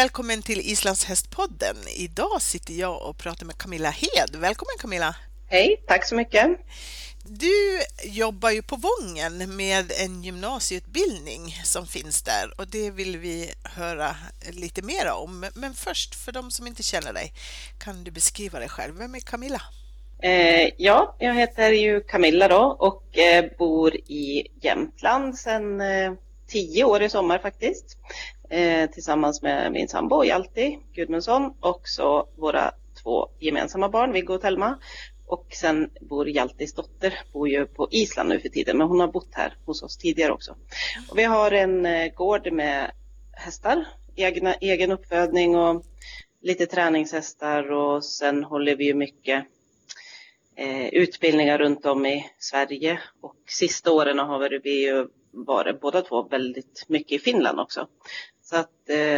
välkommen till Islands hästpodden. Idag sitter jag och pratar med Camilla Hed. Välkommen Camilla. Hej, tack så mycket. Du jobbar ju på Vången med en gymnasieutbildning som finns där och det vill vi höra lite mer om. Men först, för de som inte känner dig, kan du beskriva dig själv? Vem är Camilla? Ja, jag heter ju Camilla då och bor i Jämtland sedan 10 år i sommar faktiskt. Tillsammans med min sambo Hjalti Gudmundsson och så våra 2 gemensamma barn, Viggo och Telma. Och sen bor Hjaltis dotter, bor ju på Island nu för tiden, men hon har bott här hos oss tidigare också. Och vi har en gård med hästar, egen uppfödning och lite träningshästar, och sen håller vi ju mycket utbildningar runt om i Sverige, och sista åren har vi ju varit båda 2 väldigt mycket i Finland också. Så att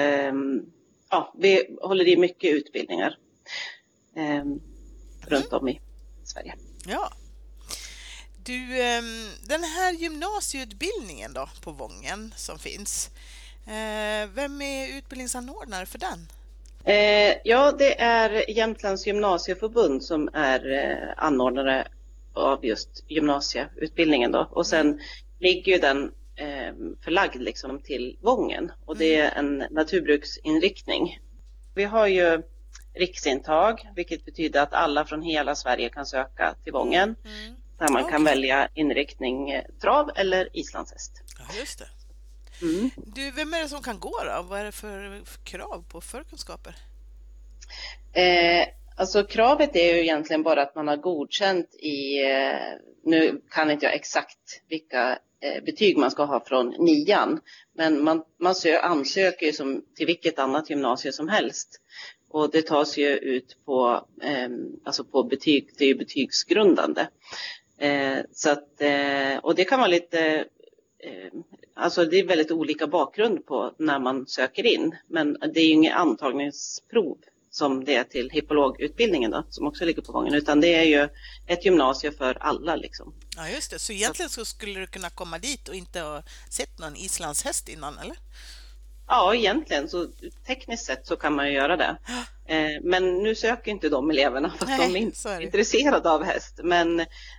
vi håller i mycket utbildningar runt om i Sverige. Ja. Du, den här gymnasieutbildningen då på Vången som finns, vem är utbildningsanordnare för den? Ja, det är Jämtlands gymnasieförbund som är anordnare av just gymnasieutbildningen då. Och sen ligger ju den förlagd liksom till Vången, och det är en naturbruksinriktning. Vi har ju riksintag, vilket betyder att alla från hela Sverige kan söka till Vången. Där man kan välja inriktning trav eller islandshäst. Ja, just det. Du, vem är det som kan gå då? Vad är det för krav på förkunskaper? Alltså kravet är ju egentligen bara att man har godkänt i, nu kan inte jag exakt vilka betyg man ska ha från 9:an, men man ansöker ju som till vilket annat gymnasie som helst. Och det tas ju ut på, alltså på betyg, det är ju betygsgrundande. Så att, och det kan vara lite, alltså det är väldigt olika bakgrund på när man söker in. Men det är ju inget antagningsprov som det är till hippologutbildningen då, som också ligger på Vången. Utan det är ju ett gymnasie för alla liksom. Ja, just det. Så egentligen så skulle du kunna komma dit och inte ha sett någon islandshäst innan, eller? Ja, egentligen så tekniskt sett så kan man ju göra det. Men nu söker inte de eleverna för att de är inte intresserade av häst. Men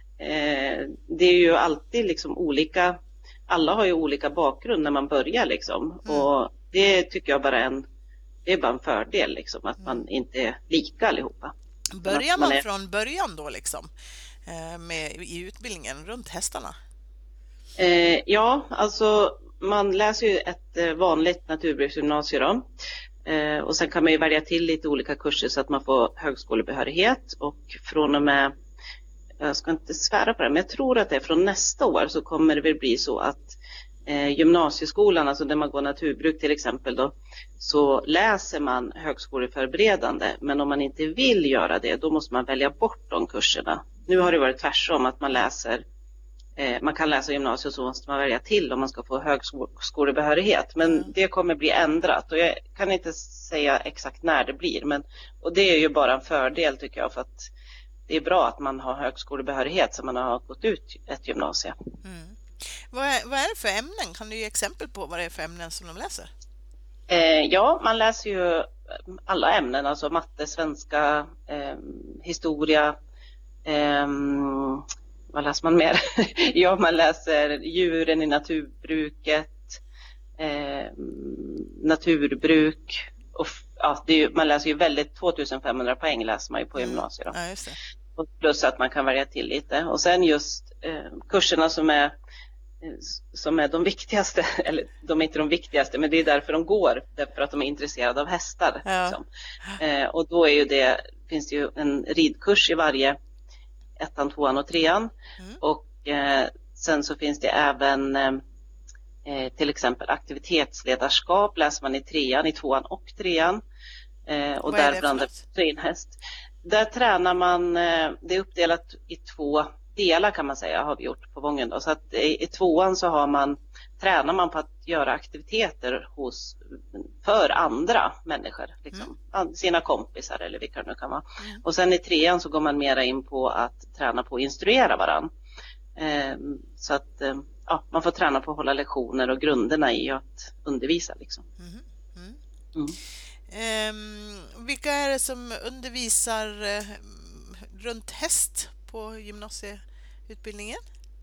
det är ju alltid liksom olika, alla har ju olika bakgrund när man börjar liksom. Och det tycker jag det är bara en fördel liksom, att man inte är lika allihopa. Börjar man från början då liksom i utbildningen runt hästarna? Ja, alltså man läser ju ett vanligt naturbruksgymnasium då. Och sen kan man ju välja till lite olika kurser så att man får högskolebehörighet, och från och med, jag ska inte svära på det, men jag tror att det är från nästa år så kommer det väl bli så att gymnasieskolan, alltså där man går naturbruk till exempel då, så läser man högskoleförberedande, men om man inte vill göra det då måste man välja bort de kurserna. Nu har det varit tvärtom, att man kan läsa gymnasiet, så måste man välja till om man ska få högskolebehörighet. Men det kommer bli ändrat, och jag kan inte säga exakt när det blir. Och det är ju bara en fördel tycker jag, för att det är bra att man har högskolebehörighet så man har gått ut ett gymnasie. Vad är det för ämnen? Kan du ge exempel på vad det är för ämnen som de läser? Ja, man läser ju alla ämnen, alltså matte, svenska, historia, vad läser man mer? Ja, man läser djuren i naturbruket, naturbruk, och ja, man läser ju väldigt 2500 poäng läser man ju på gymnasiet. Ja, just det. Och plus att man kan välja till lite. Och sen just kurserna som är de viktigaste, eller de är inte de viktigaste, men det är därför de går, därför att de är intresserade av hästar. Ja. Liksom. Och då är ju finns det ju en ridkurs i varje 1:an, 2:an och 3:an. Och sen så finns det även till exempel aktivitetsledarskap läser man i 3:an, i 2:an och 3:an. Och där blandar vi in häst. Där tränar man, det är uppdelat i 2 delar kan man säga, har vi gjort på Vången då. Så att i 2:an så tränar man på att göra aktiviteter för andra människor, liksom, sina kompisar eller vilka det nu kan vara. Och sen i 3:an så går man mera in på att träna på att instruera varann. Så att man får träna på att hålla lektioner och grunderna i att undervisa liksom. Vilka är det som undervisar runt häst på gymnasieutbildningen?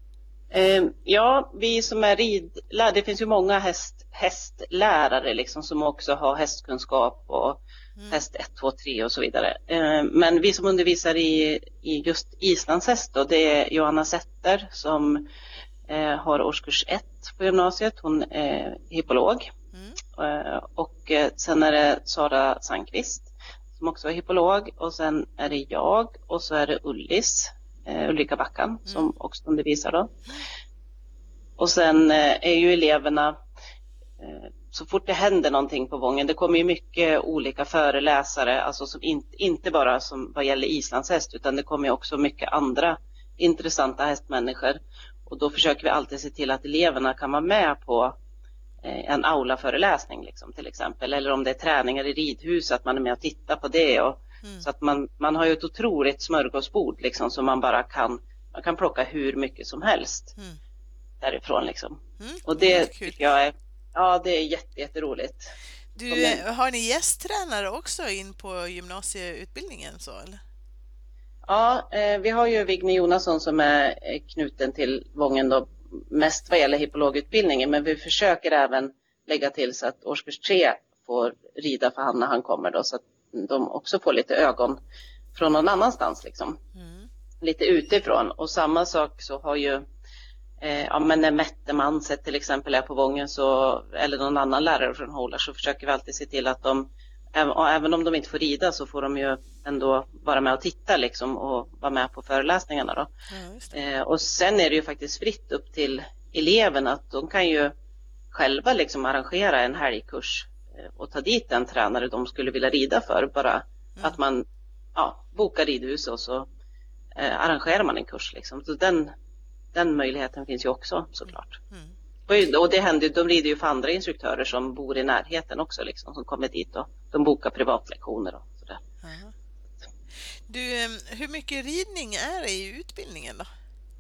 Ja, vi som är ridlärare, det finns ju många hästlärare liksom, som också har hästkunskap och häst 1, 2, 3 och så vidare. Men vi som undervisar i just islandshäst då, det är Johanna Setter som har årskurs 1 på gymnasiet. Hon är hippolog. Och sen är det Sara Sandqvist som också är hippolog. Och sen är det jag och så är det Ulrika Backan som också undervisar då. Och sen är ju eleverna, så fort det händer någonting på Vången, det kommer ju mycket olika föreläsare, alltså som inte bara som vad gäller islandshäst, utan det kommer ju också mycket andra intressanta hästmänniskor. Och då försöker vi alltid se till att eleverna kan vara med på en aulaföreläsning liksom, till exempel. Eller om det är träningar i ridhus, att man är med och tittar på det. Och, så att man har ju ett otroligt smörgåsbord liksom, så man bara man kan plocka hur mycket som helst därifrån liksom. Och det tycker jag det är jätteroligt. Har ni gästtränare också in på gymnasieutbildningen så eller? Ja, vi har ju Vigne Jonasson som är knuten till Vången då, mest vad gäller hippologutbildningen, men vi försöker även lägga till så att årskurs 3 får rida för han när han kommer då, så att de också får lite ögon från någon annanstans liksom. Lite utifrån. Och samma sak så har ju men när Mette Manset till exempel är på Vången så, eller någon annan lärare från Hålar, så försöker vi alltid se till att de, även om de inte får rida, så får de ju ändå vara med och titta liksom, och vara med på föreläsningarna då. Och sen är det ju faktiskt fritt upp till eleverna att de kan ju själva liksom arrangera en helgkurs och ta dit en tränare de skulle vilja rida för, bara att man bokar ridhus och så arrangerar man en kurs liksom. Så den möjligheten finns ju också såklart. Och det händer, de rider ju för andra instruktörer som bor i närheten också liksom, som kommer dit och de bokar privatlektioner och sådär. Du, hur mycket ridning är det i utbildningen då?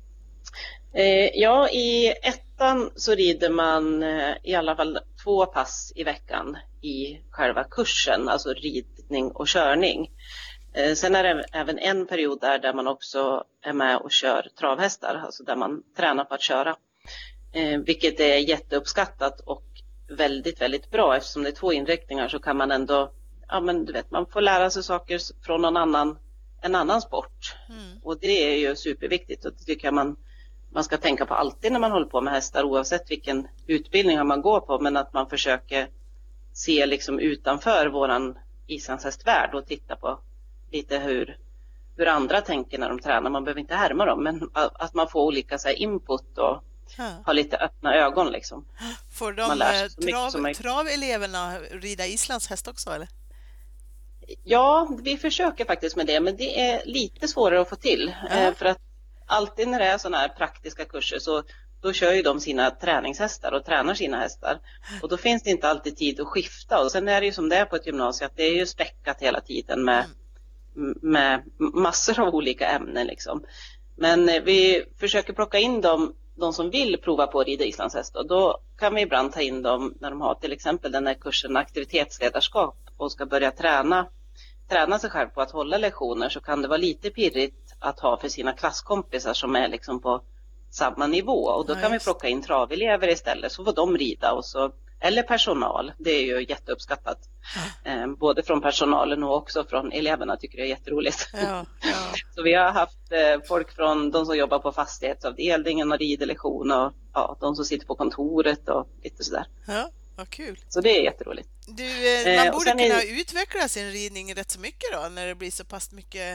Ja, i ettan så rider man i alla fall 2 pass i veckan i själva kursen, alltså ridning och körning. Sen är det även en period där man också är med och kör travhästar, alltså där man tränar på att köra. Vilket är jätteuppskattat och väldigt, väldigt bra, eftersom det är 2 inriktningar så kan man ändå, man får lära sig saker från en annan sport. Och det är ju superviktigt och det tycker jag man ska tänka på alltid när man håller på med hästar, oavsett vilken utbildning man går på, men att man försöker se liksom utanför våran islandshästvärld och titta på lite hur andra tänker när de tränar. Man behöver inte härma dem, men att man får olika så här, input och ha lite öppna ögon liksom. Får de traveleverna rida islandshäst också eller? Ja, vi försöker faktiskt med det, men det är lite svårare att få till. För att alltid när det är sådana här praktiska kurser så då kör ju de sina träningshästar och tränar sina hästar. Och då finns det inte alltid tid att skifta. Och sen är det ju som det är på ett gymnasium, att det är ju späckat hela tiden med massor av olika ämnen liksom. Men vi försöker plocka in de som vill prova på att rida islandshäst. Och då kan vi ibland ta in dem när de har till exempel den här kursen aktivitetsledarskap och ska börja träna sig själv på att hålla lektioner, så kan det vara lite pirrigt att ha för sina klasskompisar som är liksom på samma nivå. Och då kan vi plocka in travelever istället, så får de rida och så, eller personal. Det är ju jätteuppskattat. Både från personalen och också från eleverna, tycker det är jätteroligt. Så vi har haft folk från de som jobbar på fastighetsavdelningen och ridelektion och de som sitter på kontoret och lite sådär. Ja, vad kul. Så det är jätteroligt. Man borde kunna utveckla sin ridning rätt så mycket då, när det blir så pass mycket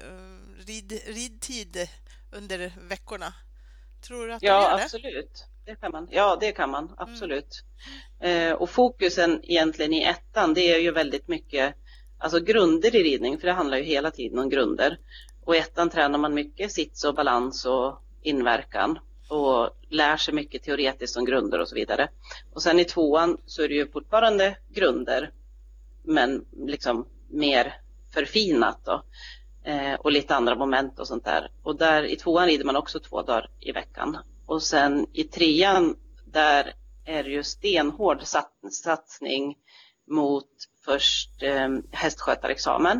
ridtid under veckorna. Tror du att ja, absolut. Det kan man, absolut. Och fokusen egentligen i ettan, det är ju väldigt mycket alltså grunder i ridning, för det handlar ju hela tiden om grunder. Och i ettan tränar man mycket sits och balans och inverkan och lär sig mycket teoretiskt om grunder och så vidare. Och sen i tvåan så är det ju fortfarande grunder, men liksom mer förfinat då. Och lite andra moment och sånt där. Och där i tvåan rider man också 2 dagar i veckan. Och sen i trean, där är det ju stenhård satsning mot först hästskötarexamen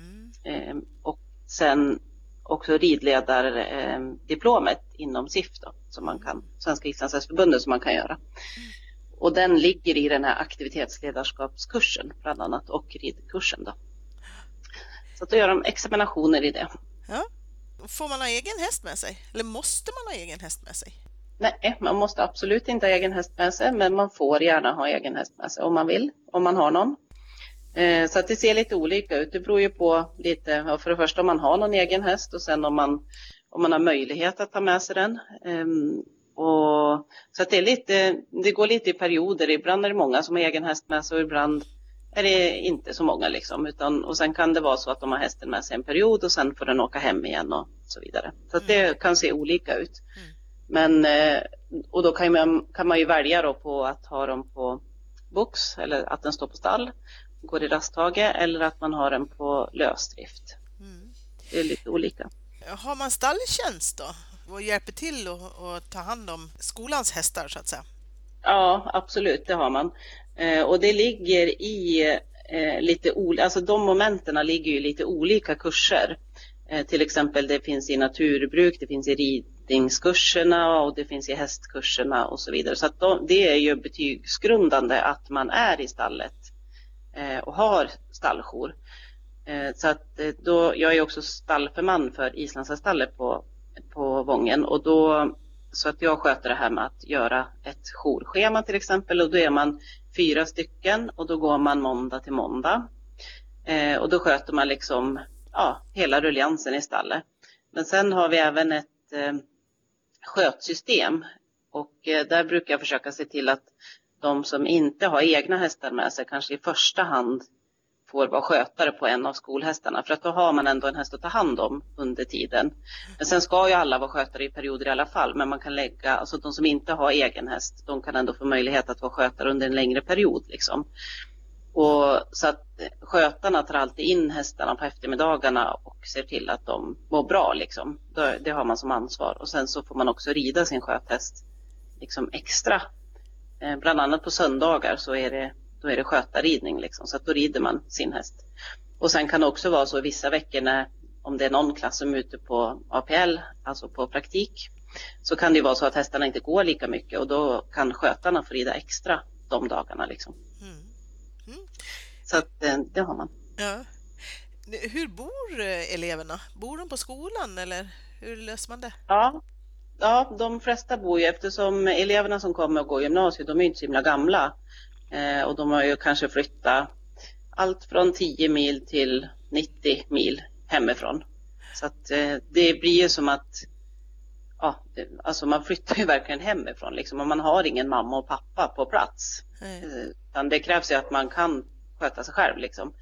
och sen också ridledardiplomet inom SIF då, som man kan, Svenska Islandshästförbundet, som man kan göra. Och den ligger i den här aktivitetsledarskapskursen bland annat och ridkursen då. Så att då gör de examinationer i det. Ja. Får man ha egen häst med sig? Eller måste man ha egen häst med sig? Nej, man måste absolut inte ha egen häst med sig, men man får gärna ha egen häst med sig om man vill, om man har någon. Så att det ser lite olika ut. Det beror ju på lite, för det första om man har någon egen häst och sen om man har möjlighet att ta med sig den. Och så att det går lite i perioder. Ibland är det många som har egen häst med sig och ibland är det inte så många liksom. Och sen kan det vara så att de har hästen med sig en period och sen får den åka hem igen och så vidare. Så att det kan se olika ut. Men, och då kan man ju välja då på att ha dem på box eller att den står på stall, går i rasthage, eller att man har den på lösdrift. Det är lite olika. Har man stalltjänst då? Och hjälper till att ta hand om skolans hästar så att säga? Ja, absolut, det har man. Och det ligger i lite olika, alltså de momenterna ligger ju i lite olika kurser. Till exempel det finns i naturbruk, det finns i ridningskurserna och det finns i hästkurserna och så vidare. Så att det är ju betygsgrundande att man är i stallet och har stalljour. Så att då, jag är också stallförman för Islandshäststallet på Vången, och då, så att jag sköter det här med att göra ett jourschema till exempel, och då är man 4 stycken och då går man måndag till måndag. Och då sköter man liksom hela rulliansen i stallet. Men sen har vi även ett skötsystem, och där brukar jag försöka se till att de som inte har egna hästar med sig kanske i första hand får vara skötare på en av skolhästarna, för att då har man ändå en häst att ta hand om under tiden. Men sen ska ju alla vara skötare i perioder i alla fall, men man kan lägga, alltså de som inte har egen häst, de kan ändå få möjlighet att vara skötare under en längre period liksom. Och så att skötarna tar alltid in hästarna på eftermiddagarna och ser till att de mår bra liksom. Det har man som ansvar, och sen så får man också rida sin sköthäst liksom extra. Bland annat på söndagar så är det skötarridning liksom, så att då rider man sin häst. Och sen kan det också vara så vissa veckor om det är någon klass som är ute på APL, alltså på praktik, så kan det ju vara så att hästarna inte går lika mycket, och då kan skötarna få rida extra de dagarna liksom. Så att det har man. Ja. Hur bor eleverna? Bor de på skolan eller hur löser man det? Ja, de flesta bor ju, eftersom eleverna som kommer och går gymnasiet, de är ju inte så himla gamla. Och de har ju kanske flyttat allt från 10 mil till 90 mil hemifrån. Så att det blir ju som att alltså man flyttar ju verkligen hemifrån liksom, och man har ingen mamma och pappa på plats. Det krävs ju att man kan sköta sig själv liksom.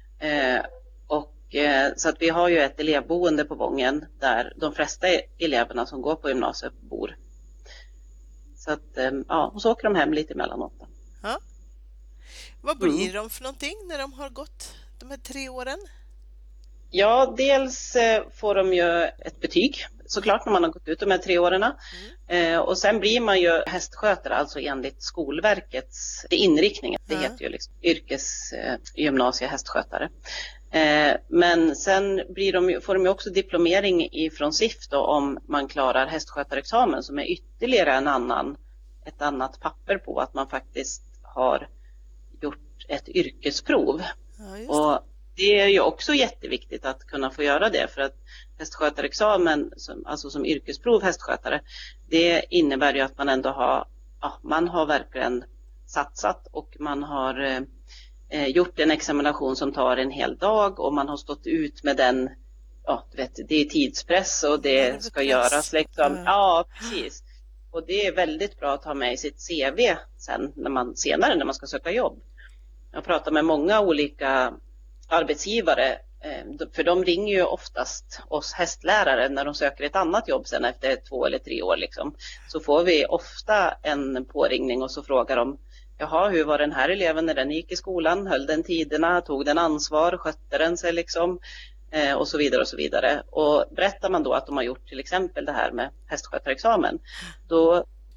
Så att vi har ju ett elevboende på Vången där de flesta eleverna som går på gymnasiet bor. Så att och så åker de hem lite emellanåt. Ja. Vad blir de för någonting när de har gått de här 3 åren? Ja, dels får de ju ett betyg såklart när man har gått ut de här 3 åren. Och sen blir man ju hästskötare, alltså enligt Skolverkets inriktning. Det heter ju liksom yrkesgymnasie hästskötare. Men sen får de ju också diplomering ifrån SIF då, om man klarar hästskötarexamen, som är ytterligare ett annat papper på att man faktiskt har gjort ett yrkesprov. Och det är ju också jätteviktigt att kunna få göra det, för att hästskötarexamen, alltså som yrkesprov hästskötare, det innebär ju att man ändå har verkligen satsat, och man har gjort en examination som tar en hel dag, och man har stått ut med den, det är tidspress och det ska göras liksom. Ja, precis. Och det är väldigt bra att ha med i sitt CV sen senare när man ska söka jobb. Jag pratar med många olika arbetsgivare, för de ringer ju oftast oss hästlärare när de söker ett annat jobb sen efter 2 eller 3 år liksom. Så får vi ofta en påringning och så frågar de: jaha, hur var den här eleven när den gick i skolan? Höll den tiderna? Tog den ansvar? Skötte den sig liksom? Och så vidare och så vidare. Och berättar man då att de har gjort till exempel det här med hästskötarexamen, då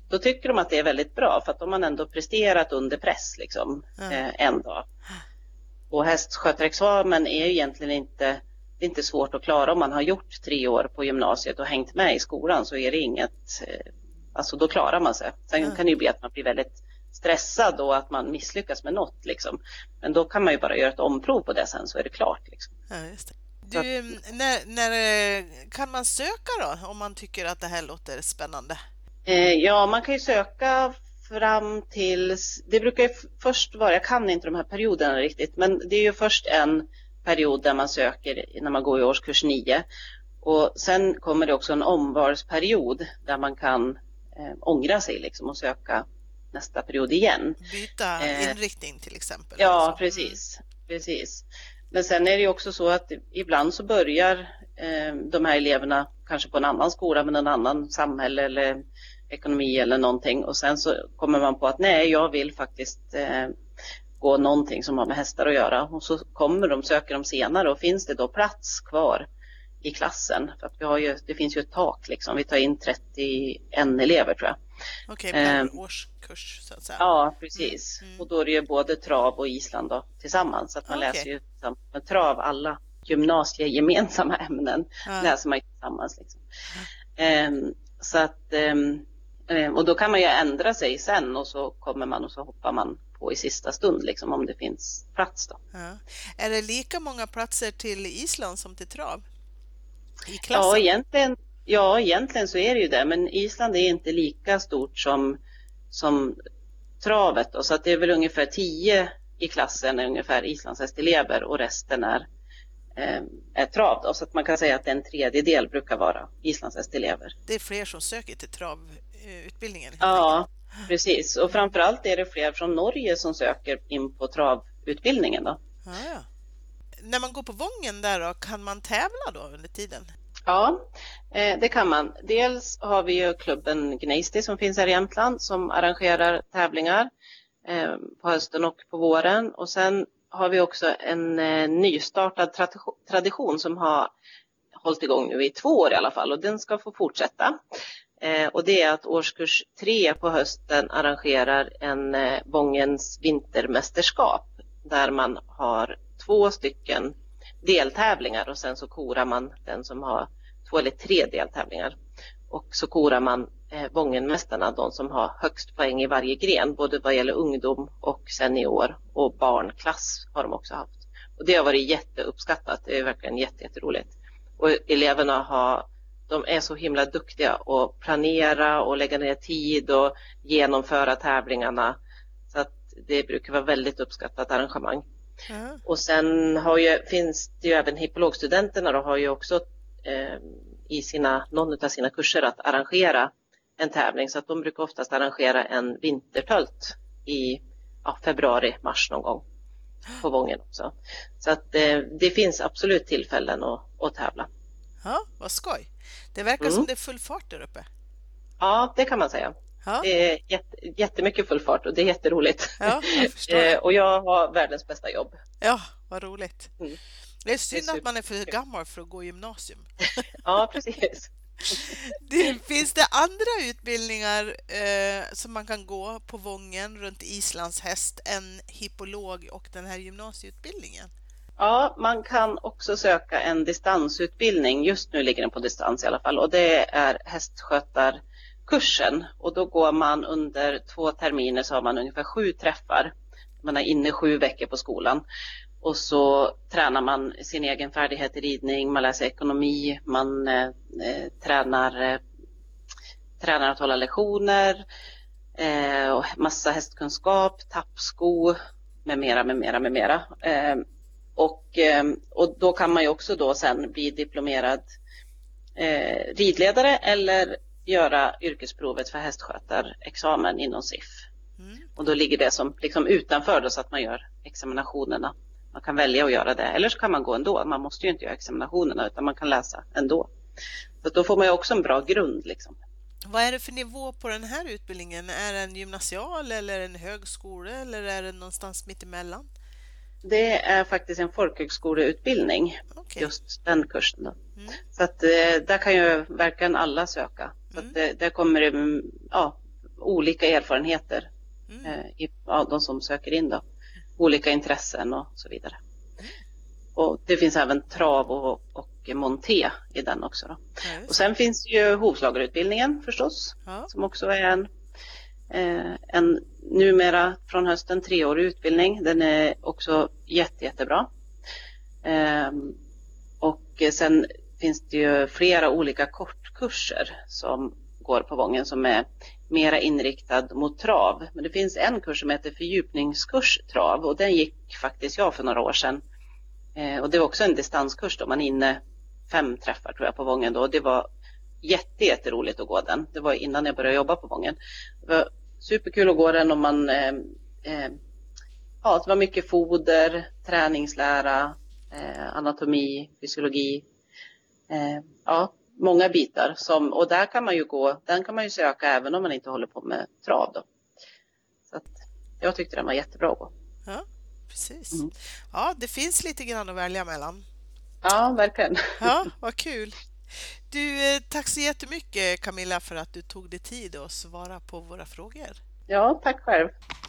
då tycker de att det är väldigt bra, för att de har ändå presterat under press liksom, en dag. Och hästskötarexamen är ju egentligen inte, det är inte svårt att klara om man har gjort 3 år på gymnasiet och hängt med i skolan, så är det inget, alltså då klarar man sig. Sen kan det ju bli att man blir väldigt stressad och att man misslyckas med något liksom. Men då kan man ju bara göra ett omprov på det sen, så är det klart liksom. Ja, just det. Du, när kan man söka då, om man tycker att det här låter spännande? Ja, man kan ju söka fram till, det brukar ju först vara, jag kan inte de här perioderna riktigt, men det är ju först en period där man söker när man går i årskurs 9. Och sen kommer det också en omvalsperiod där man kan ångra sig liksom och söka nästa period igen. Byta inriktning till exempel. Ja, precis. Men sen är det ju också så att ibland så börjar de här eleverna kanske på en annan skola med en annan samhälle eller ekonomi eller någonting, och sen så kommer man på att nej, jag vill faktiskt gå någonting som har med hästar att göra, och så söker de senare, och finns det då plats kvar i klassen, för att vi har ju, det finns ju ett tak liksom, vi tar in 31 elever tror jag. Okej, per årskurs så att säga. Ja, precis. Och då är det ju både trav och Island då, tillsammans, så att man läser ju med trav alla gymnasiegemensamma ämnen läser man ju tillsammans liksom. Så att och då kan man ju ändra sig sen, och så kommer man och så hoppar man på i sista stund liksom, om det finns plats då. Ja. Är det lika många platser till Island som till trav i klassen? Ja, egentligen så är det ju det, men Island är inte lika stort som travet då, så att det är väl ungefär 10 i klassen är ungefär islandshästelever, och resten är trav då, så att man kan säga att en tredjedel brukar vara islandshästelever. Det är fler som söker till travutbildningen. Ja, precis, och framförallt är det fler från Norge som söker in på travutbildningen då. Ja. När man går på Vången där då, kan man tävla då under tiden? Ja, det kan man. Dels har vi ju klubben Gneisti som finns här i Jämtland som arrangerar tävlingar på hösten och på våren, och sen har vi också en nystartad tradition som har hållit igång nu i 2 år i alla fall, och den ska få fortsätta. Och det är att årskurs 3 på hösten arrangerar en Vångens vintermästerskap där man har 2 stycken deltävlingar, och sen så korar man den som har 2 eller 3 deltävlingar, och så korar man Vångenmästarna, de som har högst poäng i varje gren, både vad gäller ungdom och senior, och barnklass har de också haft, och det har varit jätteuppskattat. Det är verkligen jätteroligt, och eleverna de är så himla duktiga att planera och lägga ner tid och genomföra tävlingarna, så att det brukar vara väldigt uppskattat arrangemang. Och sen finns det ju även hippologstudenterna då, har ju också i någon av sina kurser att arrangera en tävling, så att de brukar oftast arrangera en vintertölt i februari-mars någon gång på Vången också. Så att det finns absolut tillfällen att tävla. Ja, vad skoj. Det verkar som det är full fart där uppe. Ja, det kan man säga. Ja. Det är jättemycket full fart, och det är jätteroligt. Ja, jag förstår. Och jag har världens bästa jobb. Ja, vad roligt. Det är synd att man är för gammal för att gå gymnasium. Ja, precis. Finns det andra utbildningar som man kan gå på Vången runt Islands häst än hippolog och den här gymnasieutbildningen? Ja, man kan också söka en distansutbildning. Just nu ligger den på distans i alla fall, och det är hästskötarkursen, och då går man under 2 terminer, så har man ungefär 7 träffar. Man är inne 7 veckor på skolan, och så tränar man sin egen färdighet i ridning, man läser ekonomi, man tränar att hålla lektioner, och massa hästkunskap, tappsko med mera. Och då kan man ju också då sen bli diplomerad ridledare eller göra yrkesprovet för hästskötarexamen inom SIF. Och då ligger det som liksom utanför då, så att man gör examinationerna. Man kan välja att göra det, eller så kan man gå ändå. Man måste ju inte göra examinationerna, utan man kan läsa ändå. Så då får man ju också en bra grund liksom. Vad är det för nivå på den här utbildningen? Är det en gymnasial eller en högskola, eller är det någonstans mitt emellan? Det är faktiskt en folkhögskoleutbildning, just den kursen då. Så att där kan ju verkligen alla söka. Så att där kommer det olika erfarenheter av de som söker in då. Olika intressen och så vidare. Och det finns även trav och monté i den också då. Och sen finns ju hovslagerutbildningen förstås, som också är en numera från hösten 3-årig utbildning. Den är också jättebra. Och sen finns det ju flera olika kortkurser som går på Wången som är mera inriktad mot trav. Men det finns en kurs som heter fördjupningskurs trav och den gick faktiskt jag för några år sedan. Och det var också en distanskurs då, man är inne 5 träffar tror jag på Wången då. Och det var jätteroligt att gå den. Det var innan jag började jobba på Wången. Det var superkul att gå den och man, det var mycket foder, träningslära, anatomi, fysiologi. Många bitar och där kan man ju den kan man ju söka även om man inte håller på med trav då. Så att jag tyckte den var jättebra att gå. Ja, precis. Ja, det finns lite grann att välja mellan. Ja, verkligen. Ja, vad kul. Du, tack så jättemycket Camilla för att du tog dig tid att svara på våra frågor. Ja, tack själv.